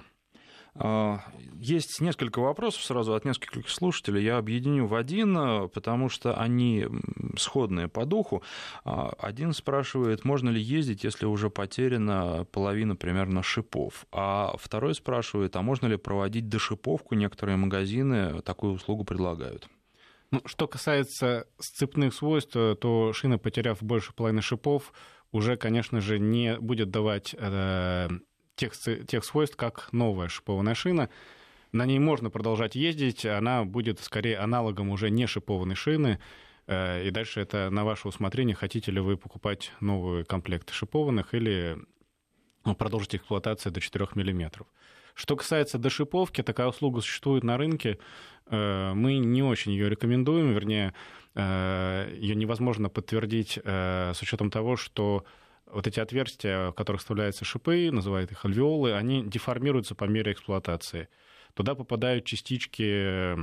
Есть несколько вопросов сразу от нескольких слушателей. Я объединю в один, потому что они сходные по духу. Один спрашивает, можно ли ездить, если уже потеряна половина примерно шипов. А второй спрашивает, а можно ли проводить дошиповку? Некоторые магазины такую услугу предлагают. Ну, что касается сцепных свойств, то шина, потеряв больше половины шипов, уже, конечно же, не будет давать тех свойств, как новая шипованная шина. На ней можно продолжать ездить, она будет скорее аналогом уже не шипованной шины, и дальше это на ваше усмотрение, хотите ли вы покупать новый комплект шипованных или продолжить эксплуатацию до 4 мм. Что касается дошиповки, такая услуга существует на рынке, мы не очень ее рекомендуем, вернее, ее невозможно подтвердить с учетом того, что вот эти отверстия, в которых вставляются шипы, называют их альвеолы, они деформируются по мере эксплуатации. Туда попадают частички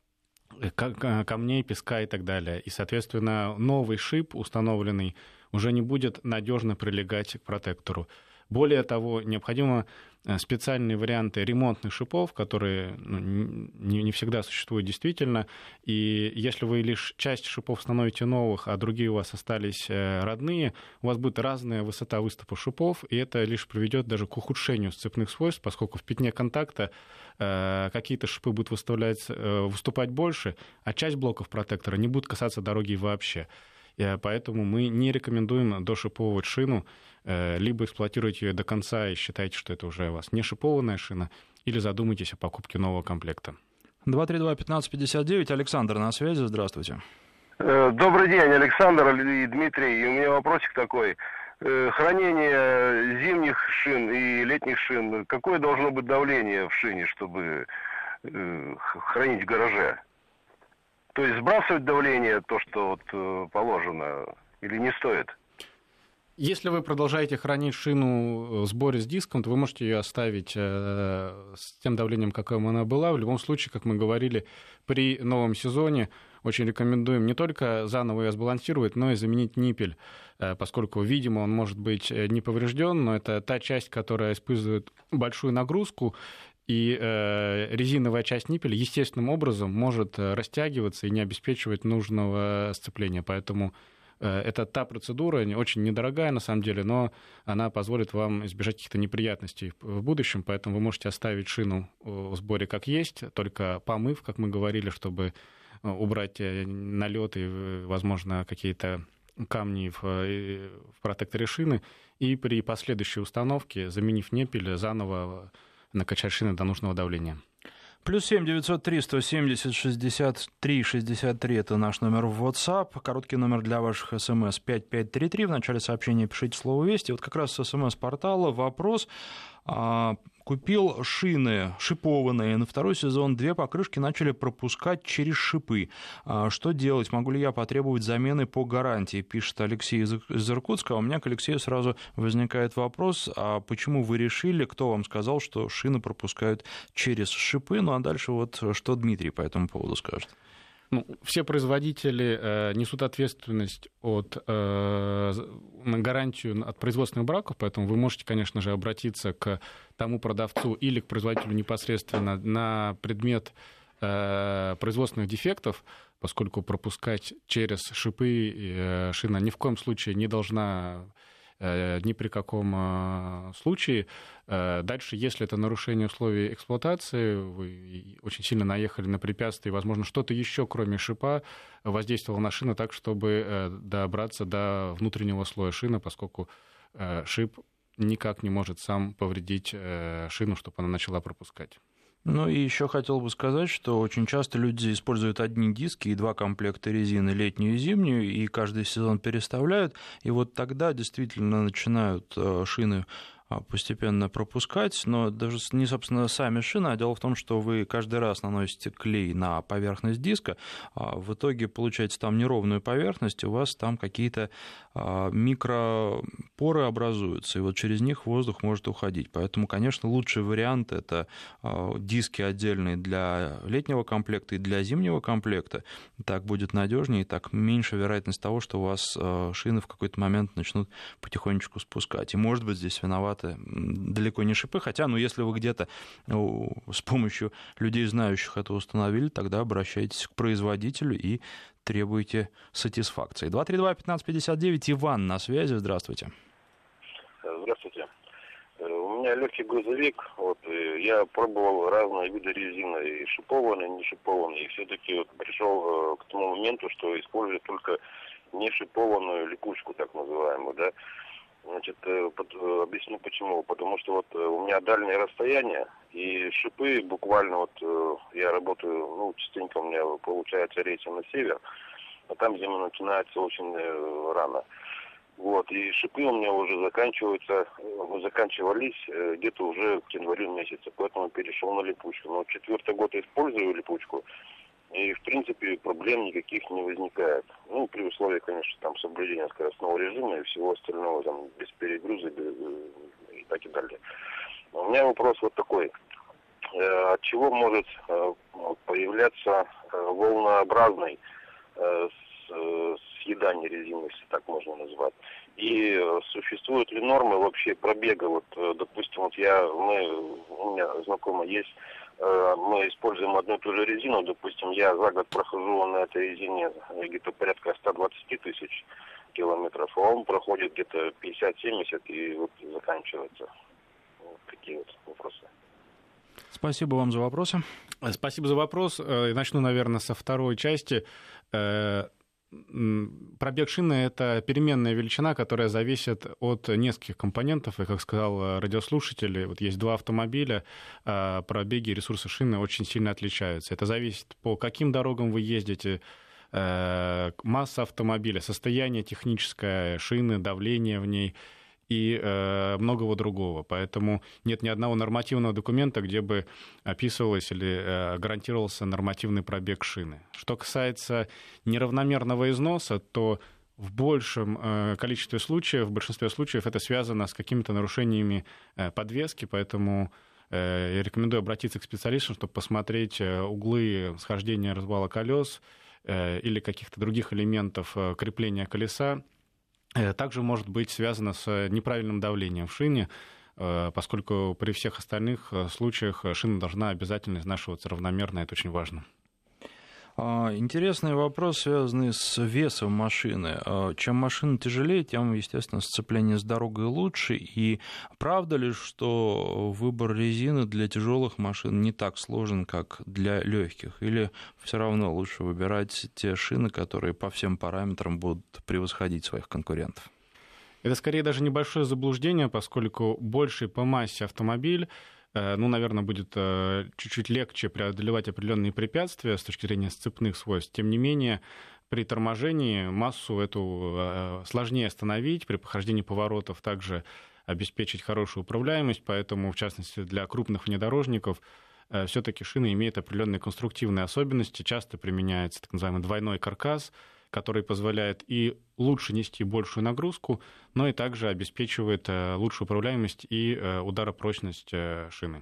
камней, песка и так далее. И, соответственно, новый шип, установленный, уже не будет надежно прилегать к протектору. Более того, необходимы специальные варианты ремонтных шипов, которые не всегда существуют действительно. И если вы лишь часть шипов установите новых, а другие у вас остались родные, у вас будет разная высота выступа шипов, и это лишь приведет даже к ухудшению сцепных свойств, поскольку в пятне контакта какие-то шипы будут выступать больше, а часть блоков протектора не будет касаться дороги вообще. Поэтому мы не рекомендуем дошиповывать шину, либо эксплуатируйте ее до конца и считайте, что это уже у вас не шипованная шина, или задумайтесь о покупке нового комплекта. 232-1559, Александр на связи, здравствуйте. Добрый день, Александр и Дмитрий. И у меня вопросик такой. Хранение зимних шин и летних шин, какое должно быть давление в шине, чтобы хранить в гараже? То есть сбрасывать давление, то, что вот положено, или не стоит? Если вы продолжаете хранить шину в сборе с диском, то вы можете ее оставить с тем давлением, каким она была. В любом случае, как мы говорили, при новом сезоне очень рекомендуем не только заново ее сбалансировать, но и заменить ниппель, поскольку, видимо, он может быть не поврежден, но это та часть, которая использует большую нагрузку, и резиновая часть ниппеля естественным образом может растягиваться и не обеспечивать нужного сцепления. Поэтому это та процедура, очень недорогая на самом деле, но она позволит вам избежать каких-то неприятностей в будущем. Поэтому вы можете оставить шину в сборе как есть, только помыв, как мы говорили, чтобы убрать налеты, возможно, какие-то камни в протекторе шины. И при последующей установке, заменив ниппель, заново накачать шины до нужного давления. +7 903 170 63 63 это наш номер в WhatsApp. Короткий номер для ваших СМС 5533. В начале сообщения пишите слово «Вести». Вот как раз с СМС-портала вопрос. Купил шины шипованные на второй сезон, 2 покрышки начали пропускать через шипы. Что делать? Могу ли я потребовать замены по гарантии? Пишет Алексей из Иркутска. У меня к Алексею сразу возникает вопрос, а почему вы решили, кто вам сказал, что шины пропускают через шипы? Ну а дальше вот что Дмитрий по этому поводу скажет. Ну, все производители несут ответственность на гарантию от производственных браков, поэтому вы можете, конечно же, обратиться к тому продавцу или к производителю непосредственно на предмет производственных дефектов, поскольку пропускать через шипы шина ни в коем случае не должна ни при каком случае. Дальше, если это нарушение условий эксплуатации, вы очень сильно наехали на препятствие, возможно, что-то еще, кроме шипа, воздействовало на шину так, чтобы добраться до внутреннего слоя шины, поскольку шип никак не может сам повредить шину, чтобы она начала пропускать. Ну и еще хотел бы сказать, что очень часто люди используют одни диски и 2 комплекта резины, летнюю и зимнюю, и каждый сезон переставляют, и вот тогда действительно начинают шины постепенно пропускать, но даже не, собственно, сами шины, а дело в том, что вы каждый раз наносите клей на поверхность диска, а в итоге получаете там неровную поверхность, и у вас там какие-то микропоры образуются, и вот через них воздух может уходить. Поэтому, конечно, лучший вариант — это диски отдельные для летнего комплекта и для зимнего комплекта. Так будет надежнее, и так меньше вероятность того, что у вас шины в какой-то момент начнут потихонечку спускать. И, может быть, здесь виноват далеко не шипы, хотя, если вы где-то с помощью людей, знающих это, установили, тогда обращайтесь к производителю и требуйте сатисфакции. 232-1559, Иван на связи, здравствуйте. Здравствуйте. У меня легкий грузовик, я пробовал разные виды резины, и шипованные, и не шипованные, и все-таки пришел к тому моменту, что использую только не шипованную липучку, так называемую, да. Значит, объясню почему. Потому что у меня дальнее расстояние, и шипы буквально я работаю, частенько у меня получается рейсы на север, а там зима начинается очень рано. И шипы у меня уже заканчивались где-то уже к январю месяце, поэтому перешел на липучку. Но 4-й год использую липучку, и, в принципе, проблем никаких не возникает. При условии, конечно, там соблюдения скоростного режима и всего остального, там, без перегруза и так и далее. У меня вопрос такой. От чего может появляться волнообразный съедание резины, если так можно назвать? И существуют ли нормы вообще пробега? Допустим, у меня знакомый есть, мы используем одну и ту же резину, допустим, я за год прохожу на этой резине где-то порядка 120 тысяч километров, а он проходит где-то 50-70 и заканчивается. Такие вопросы. Спасибо вам за вопросы. Спасибо за вопрос. Начну, наверное, со второй части. Пробег шины — это переменная величина, которая зависит от нескольких компонентов. И, как сказал радиослушатель, есть 2 автомобиля, пробеги и ресурсы шины очень сильно отличаются. Это зависит, по каким дорогам вы ездите, масса автомобиля, состояние техническое шины, давление в ней и многого другого. Поэтому нет ни одного нормативного документа, где бы описывалось или гарантировался нормативный пробег шины. Что касается неравномерного износа, то в большем количестве случаев, в большинстве случаев это связано с какими-то нарушениями подвески, поэтому я рекомендую обратиться к специалистам, чтобы посмотреть углы схождения развала колес или каких-то других элементов крепления колеса. Также может быть связано с неправильным давлением в шине, поскольку при всех остальных случаях шина должна обязательно изнашиваться равномерно, это очень важно. Интересный вопрос, связанный с весом машины. Чем машина тяжелее, тем, естественно, сцепление с дорогой лучше. И правда ли, что выбор резины для тяжелых машин не так сложен, как для легких? Или все равно лучше выбирать те шины, которые по всем параметрам будут превосходить своих конкурентов? Это скорее даже небольшое заблуждение, поскольку больший по массе автомобиль, наверное, будет чуть-чуть легче преодолевать определенные препятствия с точки зрения сцепных свойств. Тем не менее, при торможении массу эту сложнее остановить, при прохождении поворотов также обеспечить хорошую управляемость, поэтому, в частности, для крупных внедорожников все-таки шина имеет определенные конструктивные особенности. Часто применяется так называемый двойной каркас, который позволяет и лучше нести большую нагрузку, но и также обеспечивает лучшую управляемость и ударопрочность шины.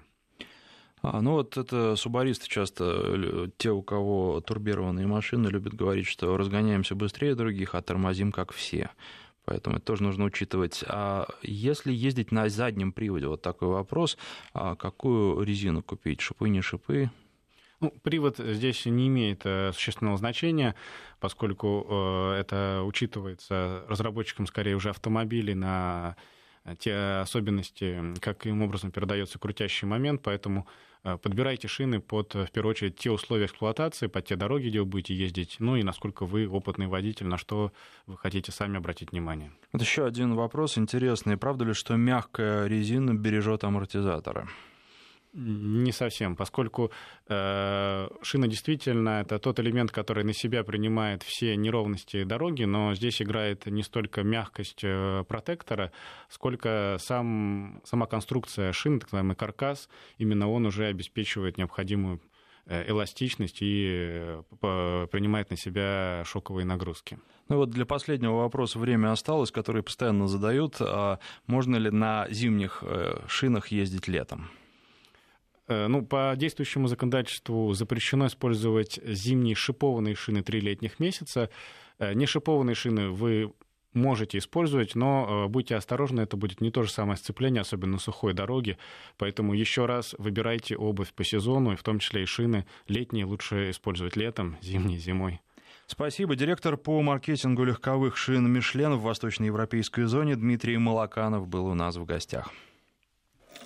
Это субаристы часто, те, у кого турбированные машины, любят говорить, что разгоняемся быстрее других, а тормозим как все. Поэтому это тоже нужно учитывать. А если ездить на заднем приводе, такой вопрос, какую резину купить, шипы, не шипы? Привод здесь не имеет существенного значения, поскольку это учитывается разработчиком скорее уже автомобилей на те особенности, каким образом передается крутящий момент, поэтому подбирайте шины под, в первую очередь, те условия эксплуатации, под те дороги, где вы будете ездить, ну и насколько вы опытный водитель, на что вы хотите сами обратить внимание. Вот еще один вопрос интересный. Правда ли, что мягкая резина бережет амортизаторы? Не совсем, поскольку шина действительно это тот элемент, который на себя принимает все неровности дороги, но здесь играет не столько мягкость протектора, сколько сама конструкция шины, так называемый каркас, именно он уже обеспечивает необходимую эластичность и принимает на себя шоковые нагрузки. Ну вот для последнего вопроса время осталось, который постоянно задают. Можно ли на зимних шинах ездить летом? Ну, по действующему законодательству запрещено использовать зимние шипованные шины 3 летних месяца. Нешипованные шины вы можете использовать, но будьте осторожны, это будет не то же самое сцепление, особенно на сухой дороге. Поэтому еще раз выбирайте обувь по сезону, и в том числе и шины летние лучше использовать летом, зимние зимой. Спасибо. Директор по маркетингу легковых шин «Мишлен» в восточноевропейской зоне Дмитрий Молоканов был у нас в гостях.